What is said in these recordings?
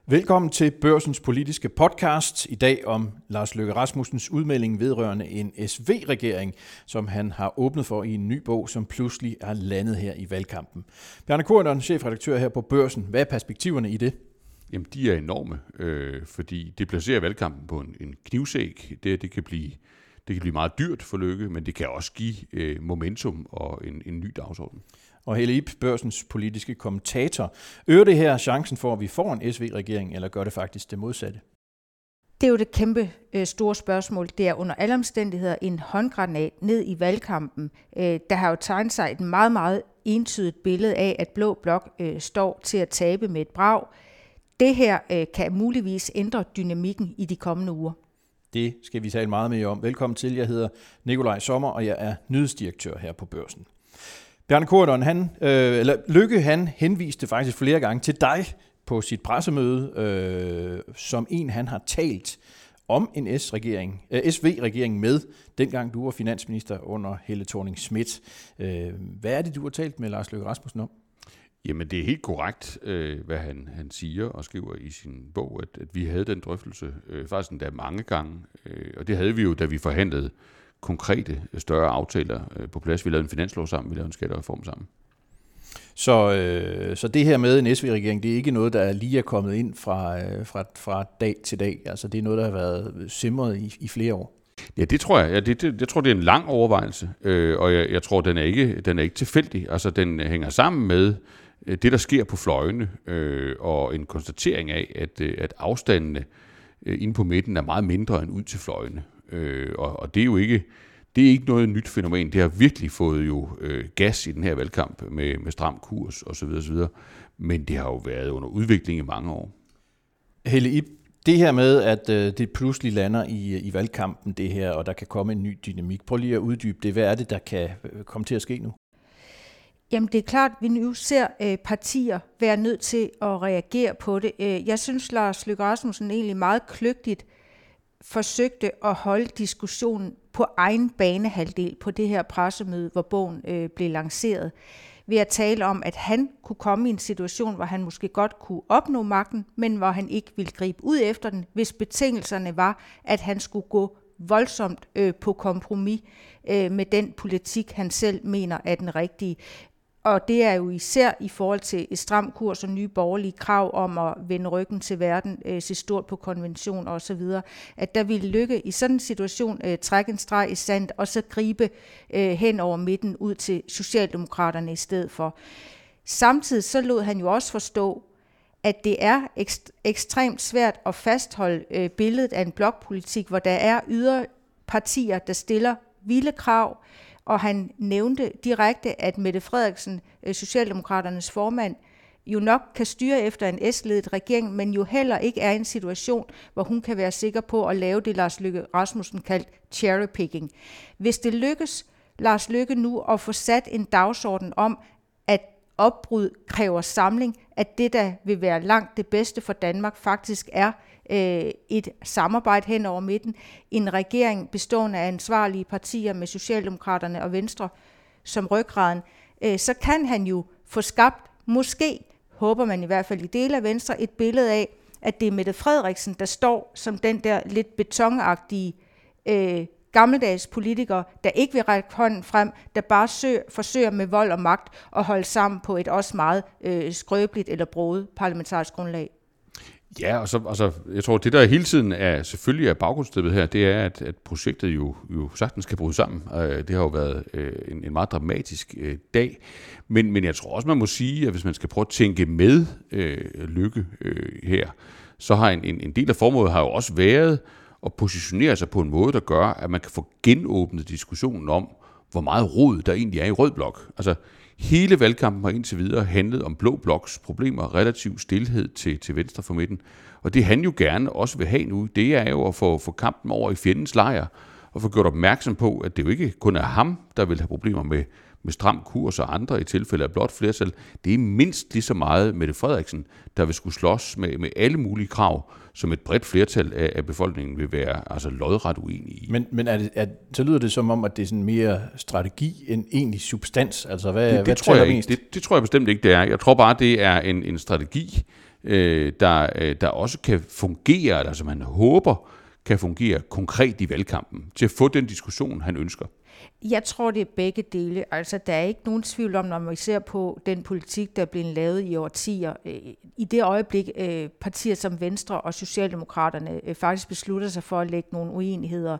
Velkommen til Børsens politiske podcast. I dag om Lars Løkke Rasmussens udmelding vedrørende en SV-regering, som han har åbnet for i en ny bog, som pludselig er landet her i valgkampen. Bjarne Corydon, chefredaktør her på Børsen. Hvad er perspektiverne i det? Jamen, de er enorme, fordi det placerer valgkampen på en knivsæg. Det kan blive meget dyrt for Løkke, men det kan også give momentum og en ny dagsorden. Og Helle Ib, Børsens politiske kommentator. Øger det her chancen for, at vi får en SV-regering, eller gør det faktisk det modsatte? Det er jo det kæmpe store spørgsmål. Det er under alle omstændigheder en håndgranat ned i valgkampen. Der har jo tegnet sig et meget, meget entydigt billede af, at Blå Blok står til at tabe med et brag. Det her kan muligvis ændre dynamikken i de kommende uger. Det skal vi tale meget mere om. Velkommen til. Jeg hedder Nikolaj Sommer, og jeg er nyhedsdirektør her på Børsen. Bjarne Corydon, Løkke henviste faktisk flere gange til dig på sit pressemøde, som en han har talt om en SV-regering med, dengang du var finansminister under Helle Thorning-Schmidt. Hvad er det, du har talt med Lars Løkke Rasmussen om? Jamen, det er helt korrekt, hvad han siger og skriver i sin bog, at vi havde den drøftelse faktisk endda mange gange. Og det havde vi jo, da vi forhandlede konkrete, større aftaler på plads. Vi lavede en finanslov sammen, vi lavede en skattereform sammen. Så det her med en SV-regering, det er ikke noget, der lige er kommet ind fra dag til dag. Altså det er noget, der har været simret i flere år. Ja, det tror jeg. Jeg tror, det er en lang overvejelse, og jeg tror, den er ikke tilfældig. Altså, den hænger sammen med det, der sker på fløjene, og en konstatering af, at afstandene inde på midten er meget mindre end ud til fløjene. Og det er jo ikke noget nyt fænomen. Det har virkelig fået jo gas i den her valgkamp med stram kurs osv. Men det har jo været under udvikling i mange år. Helle Ib, det her med, at det pludselig lander i valgkampen, det her, og der kan komme en ny dynamik. Prøv lige at uddybe det. Hvad er det, der kan komme til at ske nu? Jamen, det er klart, at vi nu ser partier være nødt til at reagere på det. Jeg synes, Lars Løkke Rasmussen egentlig meget kløgtigt forsøgte at holde diskussionen på egen banehalvdel på det her pressemøde, hvor bogen blev lanceret, ved at tale om, at han kunne komme i en situation, hvor han måske godt kunne opnå magten, men hvor han ikke ville gribe ud efter den, hvis betingelserne var, at han skulle gå voldsomt på kompromis med den politik, han selv mener er den rigtige. Og det er jo især i forhold til et stram kurs og nye borgerlige krav om at vende ryggen til verden, se stort på konventioner osv., at der ville Løkke i sådan en situation trække en streg i sandet og så gribe hen over midten ud til Socialdemokraterne i stedet for. Samtidig så lod han jo også forstå, at det er ekstremt svært at fastholde billedet af en blokpolitik, hvor der er yderpartier, der stiller vilde krav, og han nævnte direkte, at Mette Frederiksen, Socialdemokraternes formand, jo nok kan styre efter en S-ledet regering, men jo heller ikke er i en situation, hvor hun kan være sikker på at lave det, Lars Løkke Rasmussen kaldte cherrypicking. Hvis det lykkes Lars Løkke nu at få sat en dagsorden om, at opbrud kræver samling, at det, der vil være langt det bedste for Danmark, faktisk er et samarbejde hen over midten, en regering bestående af ansvarlige partier med Socialdemokraterne og Venstre som ryggraden, så kan han jo få skabt, måske håber man i hvert fald i dele af Venstre, et billede af, at det er Mette Frederiksen, der står som den der lidt betonagtige gammeldags politikere, der ikke vil række hånden frem, der bare forsøger med vold og magt at holde sammen på et også meget skrøbeligt eller broget parlamentarisk grundlag. Ja, og så jeg tror, det der hele tiden selvfølgelig er baggrundsstøbet her, det er, at projektet jo sagtens kan bryde sammen. Det har jo været en meget dramatisk dag. Men jeg tror også, man må sige, at hvis man skal prøve at tænke med Løkke her, så har en del af formålet har jo også været at positionere sig på en måde, der gør, at man kan få genåbnet diskussionen om, hvor meget rod der egentlig er i rød blok. Altså, hele valgkampen har indtil videre handlet om Blå Bloks problemer, relativ stilhed til venstre for midten. Og det han jo gerne også vil have nu, det er jo at få kampen over i fjendens lejr, og få gjort opmærksom på, at det jo ikke kun er ham, der vil have problemer med stram kurs og andre i tilfælde af blot flertal. Det er mindst lige så meget Mette Frederiksen, der vil skulle slås med alle mulige krav, som et bredt flertal af befolkningen vil være altså lodret uenige i. Men så lyder det som om, at det er sådan mere strategi end egentlig substans. Altså, det tror jeg bestemt ikke, det er. Jeg tror bare, det er en strategi, der også kan fungere, eller som han håber kan fungere konkret i valgkampen, til at få den diskussion, han ønsker? Jeg tror, det er begge dele. Altså, der er ikke nogen tvivl om, når man ser på den politik, der er blevet lavet i årtier. I det øjeblik, partier som Venstre og Socialdemokraterne faktisk beslutter sig for at lægge nogle uenigheder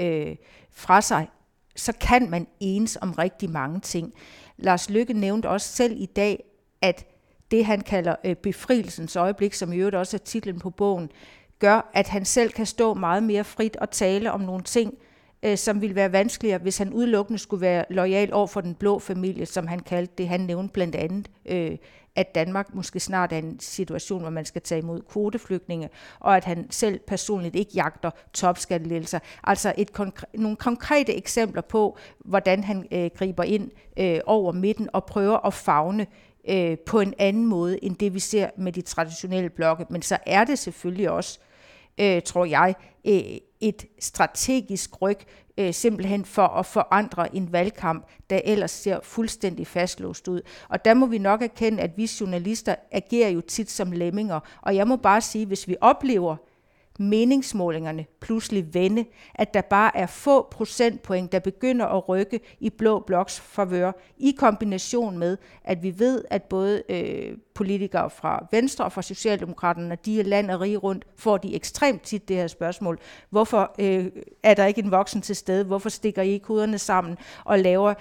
fra sig, så kan man enes om rigtig mange ting. Lars Løkke nævnte også selv i dag, at det, han kalder befrielsens øjeblik, som i øvrigt også er titlen på bogen, gør, at han selv kan stå meget mere frit og tale om nogle ting, som ville være vanskeligere, hvis han udelukkende skulle være loyal over for den blå familie, som han kaldte det. Han nævnte blandt andet, at Danmark måske snart er en situation, hvor man skal tage imod kvoteflygtninge, og at han selv personligt ikke jagter topskattelettelser. Altså nogle konkrete eksempler på, hvordan han griber ind over midten og prøver at favne på en anden måde, end det vi ser med de traditionelle blokke. Men så er det selvfølgelig også, tror jeg, et strategisk ryg, simpelthen for at forandre en valgkamp, der ellers ser fuldstændig fastlåst ud. Og der må vi nok erkende, at vi journalister agerer jo tit som lemminger. Og jeg må bare sige, hvis vi oplever meningsmålingerne pludselig vende, at der bare er få procentpoint, der begynder at rykke i blå bloks favør, i kombination med, at vi ved, at både politikere fra Venstre og fra Socialdemokraterne, når de er land og rige rundt, får de ekstremt tit det her spørgsmål. Hvorfor er der ikke en voksen til stede? Hvorfor stikker I ikke hovederne sammen og laver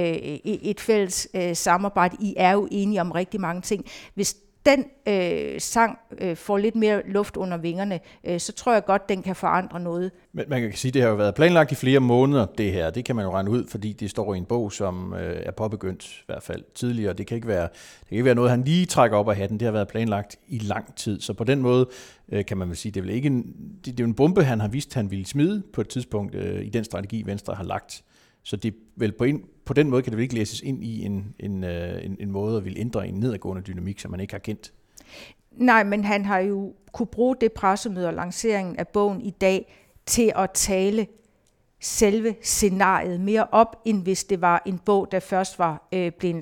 et fælles samarbejde? I er jo enige om rigtig mange ting. Hvis den sang får lidt mere luft under vingerne, så tror jeg godt, den kan forandre noget. Men man kan sige, at det har jo været planlagt i flere måneder, det her. Det kan man jo regne ud, fordi det står i en bog, som er påbegyndt i hvert fald tidligere. Det kan ikke være noget, han lige trækker op af hatten. Det har været planlagt i lang tid. Så på den måde kan man vel sige, det er jo en bombe, han har vist, han ville smide på et tidspunkt i den strategi, Venstre har lagt. Så det vel på den måde kan det vel ikke læses ind i en måde at ville ændre en nedadgående dynamik, som man ikke har kendt. Nej, men han har jo kunne bruge det pressemøde og lanceringen af bogen i dag til at tale selve scenariet mere op, end hvis det var en bog, der først var blevet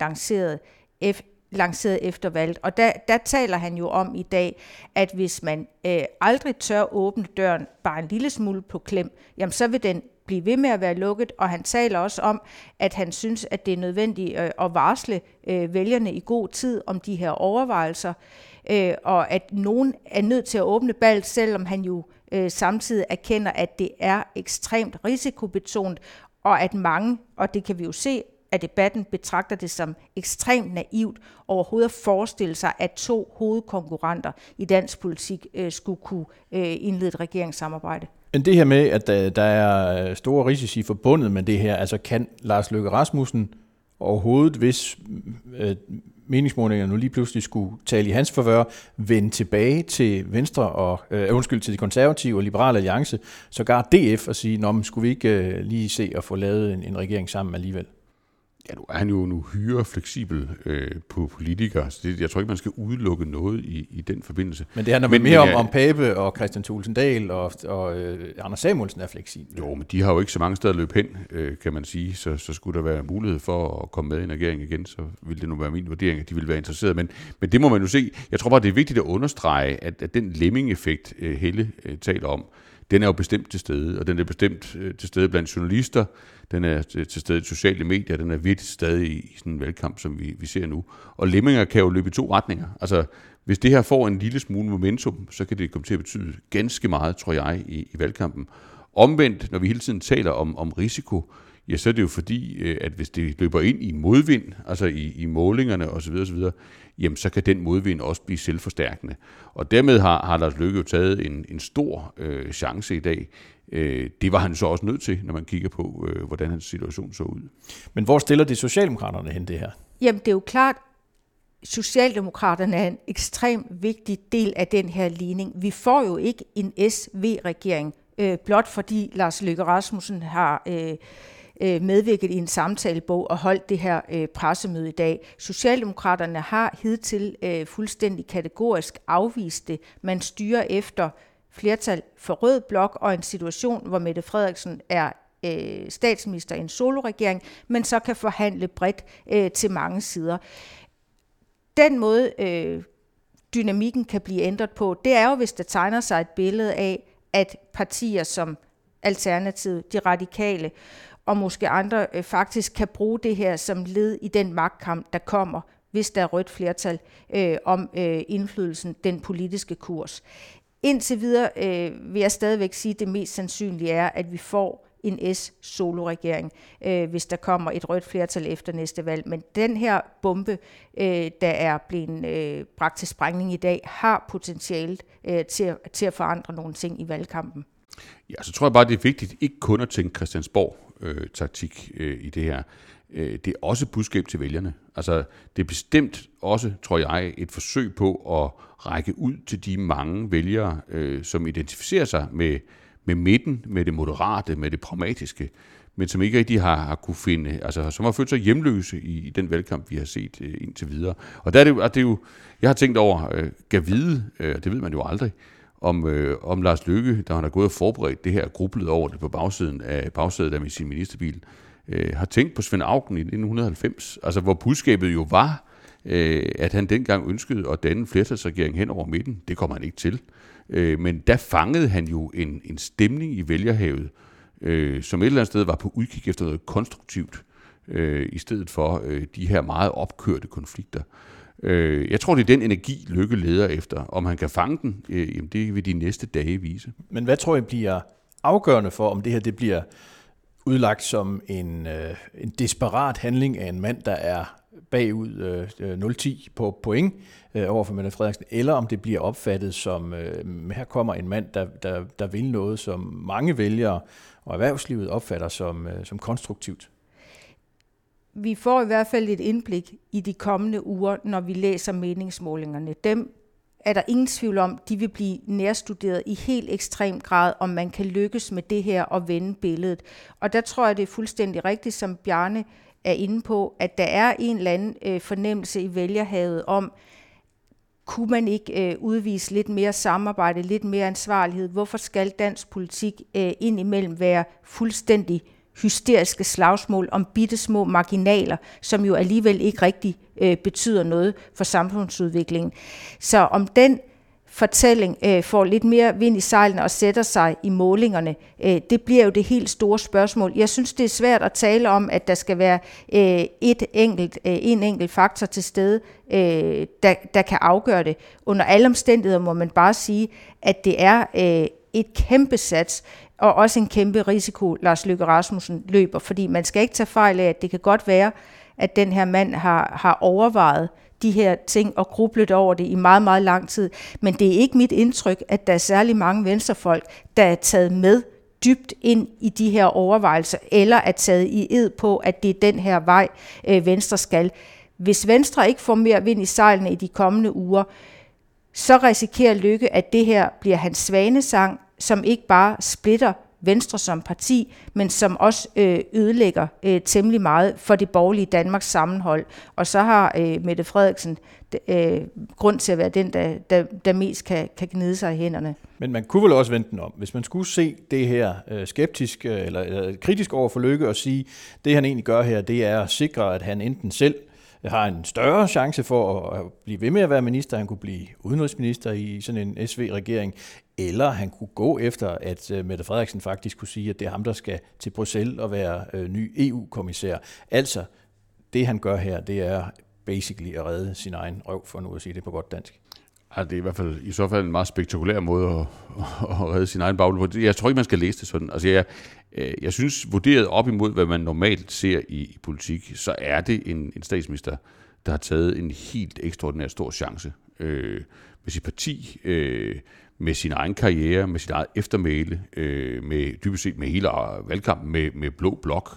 lanceret efter valget. Og der taler han jo om i dag, at hvis man aldrig tør åbne døren bare en lille smule på klem, jamen så vil den blive ved med at være lukket, og han taler også om, at han synes, at det er nødvendigt at varsle vælgerne i god tid om de her overvejelser, og at nogen er nødt til at åbne ballet, selvom han jo samtidig erkender, at det er ekstremt risikobetonet, og at mange, og det kan vi jo se, at debatten betragter det som ekstremt naivt overhovedet at forestille sig, at to hovedkonkurrenter i dansk politik skulle kunne indlede et regeringssamarbejde. Men det her med, at der er store risici forbundet med det her, altså kan Lars Løkke Rasmussen overhovedet, hvis meningsmålingerne nu lige pludselig skulle tale i hans favør, vende tilbage til Venstre og til de konservative og Liberale Alliance, sågar DF og sige, nå, men skulle vi ikke lige se at få lavet en regering sammen alligevel? Ja, nu er han jo nu hyre fleksibel på politikere, så jeg tror ikke, man skal udelukke noget i den forbindelse. Men det handler mere om Pape og Kristian Thulesen Dahl og Anders Samuelsen er fleksibel. Jo, men de har jo ikke så mange steder at løbe hen, kan man sige, så skulle der være mulighed for at komme med i en regering igen, så ville det nu være min vurdering, at de ville være interesserede. Men det må man jo se. Jeg tror bare, det er vigtigt at understrege, at den Lemming-effekt, Helle taler om, den er jo bestemt til stede, og den er bestemt til stede blandt journalister, den er til stede i sociale medier, den er virkelig stadig i sådan en valgkamp, som vi ser nu. Og lemminger kan jo løbe i to retninger. Altså, hvis det her får en lille smule momentum, så kan det komme til at betyde ganske meget, tror jeg, i valgkampen. Omvendt, når vi hele tiden taler om risiko, ja, så er det jo fordi, at hvis det løber ind i modvind, altså i målingerne osv., jamen så kan den modvind også blive selvforstærkende. Og dermed har Lars Løkke jo taget en stor chance i dag. Det var han så også nødt til, når man kigger på, hvordan hans situation så ud. Men hvor stiller det Socialdemokraterne hen det her? Jamen det er jo klart, Socialdemokraterne er en ekstremt vigtig del af den her ligning. Vi får jo ikke en SV-regering, blot fordi Lars Løkke Rasmussen har medvirket i en samtalebog og holdt det her pressemøde i dag. Socialdemokraterne har hidtil fuldstændig kategorisk afvist det. Man styrer efter flertal for rød blok og en situation, hvor Mette Frederiksen er statsminister i en soloregering, men så kan forhandle bredt til mange sider. Den måde dynamikken kan blive ændret på, det er jo, hvis der tegner sig et billede af, at partier som Alternativet, de radikale og måske andre faktisk kan bruge det her som led i den magtkamp, der kommer, hvis der er rødt flertal om indflydelsen, den politiske kurs. Indtil videre vil jeg stadigvæk sige, at det mest sandsynlige er, at vi får en S-solo-regering, hvis der kommer et rødt flertal efter næste valg. Men den her bombe, der er blevet bragt til sprængning i dag, har potentialet til at forandre nogle ting i valgkampen. Ja, så tror jeg bare, det er vigtigt ikke kun at tænke Christiansborg-taktik i det her. Det er også budskab til vælgerne. Altså, det er bestemt også, tror jeg, et forsøg på at række ud til de mange vælgere, som identificerer sig med midten, med det moderate, med det pragmatiske, men som ikke rigtig har kunne finde, altså som har følt sig hjemløse i den valgkamp, vi har set indtil videre. Og der er det jo, jeg har tænkt over, gav vide, det ved man jo aldrig, om Lars Løkke, der han har gået og forberedt det her, grublet over det på bagsædet af sin ministerbil, har tænkt på Svend Auken i 1990, altså hvor budskabet jo var, at han dengang ønskede at danne en flertalsregering hen over midten. Det kommer han ikke til. Men der fangede han jo en stemning i vælgerhavet, som et eller andet sted var på udkig efter noget konstruktivt, i stedet for de her meget opkørte konflikter. Jeg tror, det er den energi, Løkke leder efter. Om han kan fange den, jamen det vil de næste dage vise. Men hvad tror I bliver afgørende for, om det her det bliver udlagt som en desperat handling af en mand, der er bagud 0-10 på point over for Mette Frederiksen, eller om det bliver opfattet som, her kommer en mand, der vil noget, som mange vælgere og erhvervslivet opfatter som konstruktivt? Vi får i hvert fald et indblik i de kommende uger, når vi læser meningsmålingerne. Dem er der ingen tvivl om, de vil blive nærstuderet i helt ekstrem grad, om man kan lykkes med det her og vende billedet. Og der tror jeg, det er fuldstændig rigtigt, som Bjarne er inde på, at der er en eller anden fornemmelse i vælgerhavet om, kunne man ikke udvise lidt mere samarbejde, lidt mere ansvarlighed? Hvorfor skal dansk politik indimellem være fuldstændig hysteriske slagsmål om bittesmå marginaler, som jo alligevel ikke rigtig betyder noget for samfundsudviklingen? Så om den fortælling får lidt mere vind i sejlene og sætter sig i målingerne, det bliver jo det helt store spørgsmål. Jeg synes, det er svært at tale om, at der skal være en enkelt faktor til stede, der kan afgøre det. Under alle omstændigheder må man bare sige, at det er et kæmpe sats, og også en kæmpe risiko, Lars Løkke Rasmussen løber, fordi man skal ikke tage fejl af, at det kan godt være, at den her mand har overvejet de her ting og grublet over det i meget, meget lang tid. Men det er ikke mit indtryk, at der er særlig mange venstrefolk, der er taget med dybt ind i de her overvejelser, eller er taget i ed på, at det er den her vej, Venstre skal. Hvis Venstre ikke får mere vind i sejlene i de kommende uger, så risikerer Løkke, at det her bliver hans svanesang, som ikke bare splitter Venstre som parti, men som også ødelægger temmelig meget for det borgerlige Danmarks sammenhold. Og så har Mette Frederiksen grund til at være den, der mest kan gnide sig i hænderne. Men man kunne vel også vente den om. Hvis man skulle se det her skeptisk eller kritisk over for Løkke og sige, det han egentlig gør her, det er at sikre, at han enten selv har en større chance for at blive ved med at være minister, han kunne blive udenrigsminister i sådan en SV-regering, eller han kunne gå efter, at Mette Frederiksen faktisk kunne sige, at det er ham, der skal til Bruxelles og være ny EU-kommissær. Altså, det han gør her, det er basically at redde sin egen røv, for nu at sige det på godt dansk. Ja, det er i hvert fald i så fald en meget spektakulær måde at redde sin egen bagle på. Jeg tror ikke, man skal læse det sådan. Altså, jeg synes, vurderet op imod, hvad man normalt ser i politik, så er det en statsminister, der har taget en helt ekstraordinært stor chance med sit parti, med sin egen karriere, med sit eget eftermæle, med dybest set med hele valgkampen med blå blok.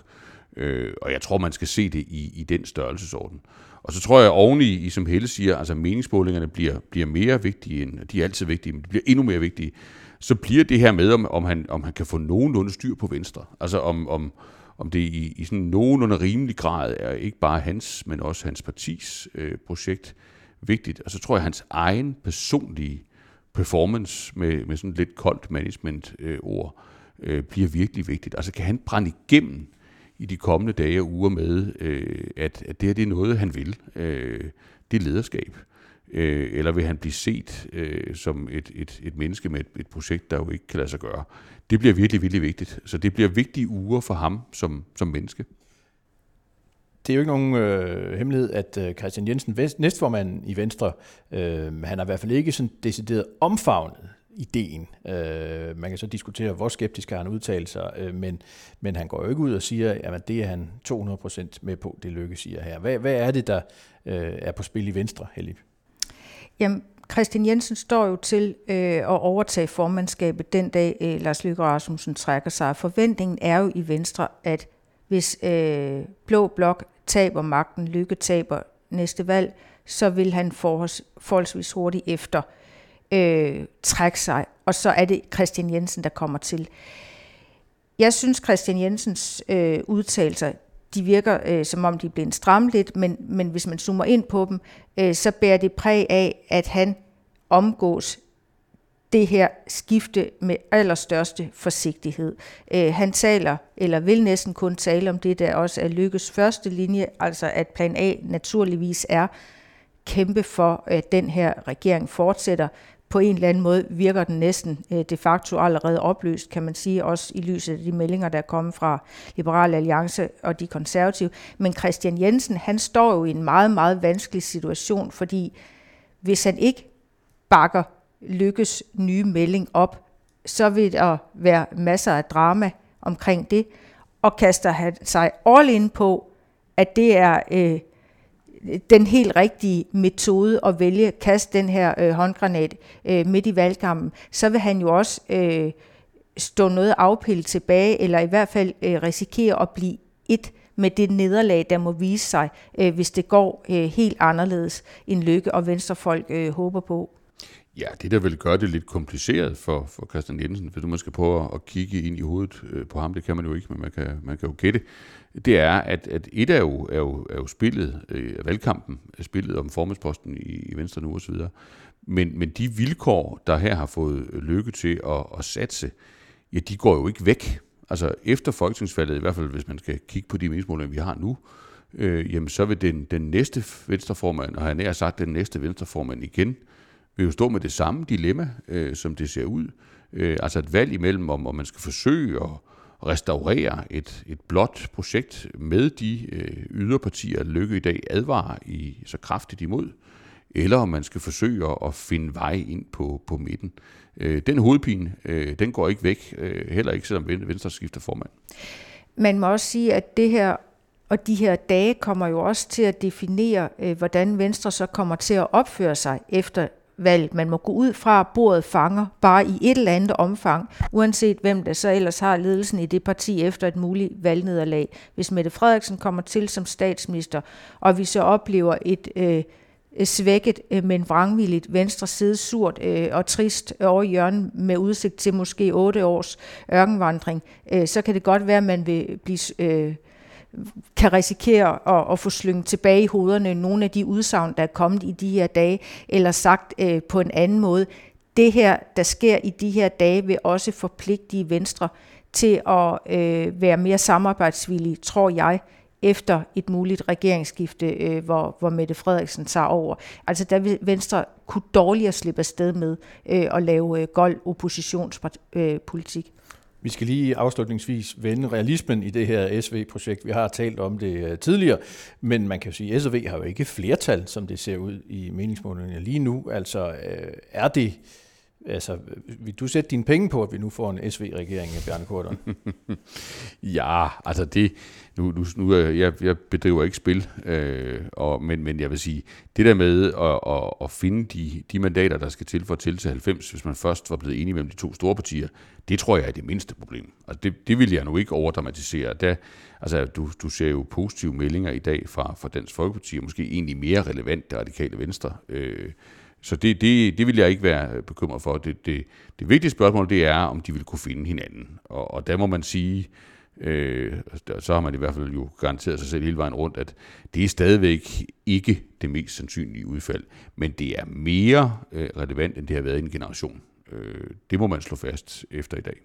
Og jeg tror, man skal se det i den størrelsesorden. Og så tror jeg oveni, som Helle siger, altså meningsmålingerne bliver mere vigtige, end de er altid vigtige, men de bliver endnu mere vigtige. Så bliver det her med, om han kan få nogenlunde styr på Venstre. Altså om det i sådan nogenlunde rimelig grad er ikke bare hans, men også hans partis projekt vigtigt. Og så tror jeg, at hans egen personlige performance med sådan lidt koldt management-ord bliver virkelig vigtigt. Altså kan han brænde igennem i de kommende dage og uger med, at det her det er noget, han vil. Det er lederskab. eller vil han blive set som et menneske med et projekt, der jo ikke kan lade sig gøre? Det bliver virkelig, virkelig vigtigt. Så det bliver vigtige uger for ham som menneske. Det er jo ikke nogen hemmelighed, at Kristian Jensen, næstformanden i Venstre, han har i hvert fald ikke sådan decideret omfavnet ideen. Man kan så diskutere, hvor skeptisk han udtalt sig, men han går jo ikke ud og siger, at det er han 200% med på, det Løkke siger her. Hvad er det, der er på spil i Venstre, Hellig? Jamen, Kristian Jensen står jo til at overtage formandskabet den dag, Lars Løkke Rasmussen trækker sig. Forventningen er jo i Venstre, at hvis Blå Blok taber magten, Løkke taber næste valg, så vil han forholdsvis hurtigt efter trække sig, og så er det Kristian Jensen, der kommer til. Jeg synes, Kristian Jensens udtalelser, de virker som om de er blevet strammet lidt, men hvis man zoomer ind på dem, så bærer det præg af, at han omgås det her skifte med allerstørste forsigtighed. Han taler, eller vil næsten kun tale om det, der også er Løkkes første linje, altså at plan A naturligvis er kæmpe for, at den her regering fortsætter. På en eller anden måde virker den næsten de facto allerede opløst, kan man sige, også i lyset af de meldinger, der er kommet fra Liberal Alliance og de konservative. Men Kristian Jensen, han står jo i en meget, meget vanskelig situation, fordi hvis han ikke bakker Løkkes nye melding op, så vil der være masser af drama omkring det, og kaster han sig all in på, at det er den helt rigtige metode at vælge, kaste den her håndgranat midt i valgkampen, så vil han jo også stå noget afpillet tilbage, eller i hvert fald risikere at blive et med det nederlag, der må vise sig, hvis det går helt anderledes, end Løkke og Venstrefolk håber på. Ja, det der vil gøre det lidt kompliceret for Kristian Jensen, hvis du skal prøve at kigge ind i hovedet på ham, det kan man jo ikke, men man kan jo gætte, det er, at et er jo spillet, valgkampen, spillet om formandsposten i Venstre nu osv., men de vilkår, der her har fået Løkke til at satse, ja, de går jo ikke væk. Altså efter folketingsvalget, i hvert fald hvis man skal kigge på de meningsmålinger, vi har nu, jamen så vil den næste venstreformand, og han har sagt den næste venstreformand igen, vil jo stå med det samme dilemma, som det ser ud. Altså et valg imellem, om man skal forsøge at restaurere et blåt projekt med de yderpartier, Løkke i dag advarer så kraftigt imod, eller om man skal forsøge at finde vej ind på midten. Den hovedpine, den går ikke væk, heller ikke selvom Venstre skifter formand. Man må også sige, at det her og de her dage kommer jo også til at definere, hvordan Venstre så kommer til at opføre sig efter valget. Man må gå ud fra, at bordet fanger bare i et eller andet omfang, uanset hvem der så ellers har ledelsen i det parti efter et muligt valgnederlag. Hvis Mette Frederiksen kommer til som statsminister, og vi så oplever et svækket, men vrangvilligt Venstre sidde surt og trist over i hjørnet med udsigt til måske 8 års ørkenvandring, så kan det godt være, at man vil blive kan risikere at få slynget tilbage i hovederne nogle af de udsagn, der er kommet i de her dage, eller sagt på en anden måde. Det her, der sker i de her dage, vil også forpligte Venstre til at være mere samarbejdsvillige, tror jeg, efter et muligt regeringsskifte, hvor Mette Frederiksen tager over. Altså der vil Venstre kunne dårligere slippe afsted med at lave gold oppositionspolitik. Vi skal lige afslutningsvis vende realismen i det her SV-projekt. Vi har talt om det tidligere, men man kan jo sige, at SV har jo ikke flertal, som det ser ud i meningsmålingerne lige nu. Altså er det... Altså, vil du sætte dine penge på, at vi nu får en SV-regering af Bjarne Corydon? Ja, altså det... Nu jeg bedriver ikke spil, men jeg vil sige, det der med at finde de mandater, der skal til for at tælle 90, hvis man først var blevet enige mellem de to store partier, det tror jeg er det mindste problem. Altså det vil jeg nu ikke overdramatisere. Altså du ser jo positive meldinger i dag fra Dansk Folkeparti, og måske egentlig mere relevant det Radikale Venstre. Så det vil jeg ikke være bekymret for. Det vigtige spørgsmål, det er, om de vil kunne finde hinanden. Og der må man sige, så har man i hvert fald jo garanteret sig selv hele vejen rundt, at det er stadigvæk ikke det mest sandsynlige udfald. Men det er mere relevant, end det har været i en generation. Det må man slå fast efter i dag.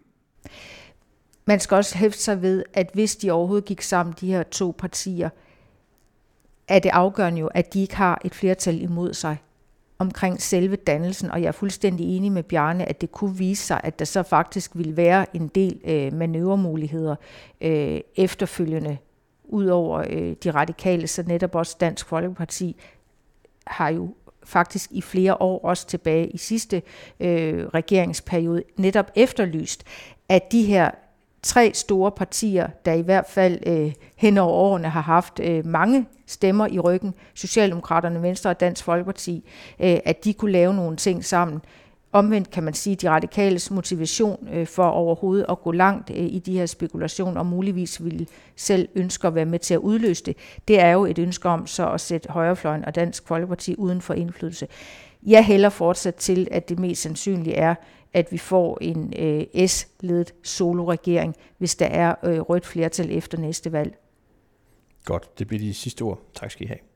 Man skal også hæfte sig ved, at hvis de overhovedet gik sammen, de her to partier, er det afgørende jo, at de ikke har et flertal imod sig. omkring selve dannelsen, og jeg er fuldstændig enig med Bjarne, at det kunne vise sig, at der så faktisk ville være en del manøvremuligheder efterfølgende, udover de radikale, så netop også Dansk Folkeparti har jo faktisk i flere år, også tilbage i sidste regeringsperiode, netop efterlyst, at de her 3 store partier, der i hvert fald hen over årene har haft mange stemmer i ryggen, Socialdemokraterne, Venstre og Dansk Folkeparti, at de kunne lave nogle ting sammen. Omvendt kan man sige, at de radikales motivation for overhovedet at gå langt i de her spekulationer, og muligvis ville selv ønske at være med til at udløse det, det er jo et ønske om så at sætte højrefløjen og Dansk Folkeparti uden for indflydelse. Jeg hælder fortsat til, at det mest sandsynlige er, at vi får en S-ledet soloregering, hvis der er rødt flertal efter næste valg. Godt, det bliver de sidste ord. Tak skal I have.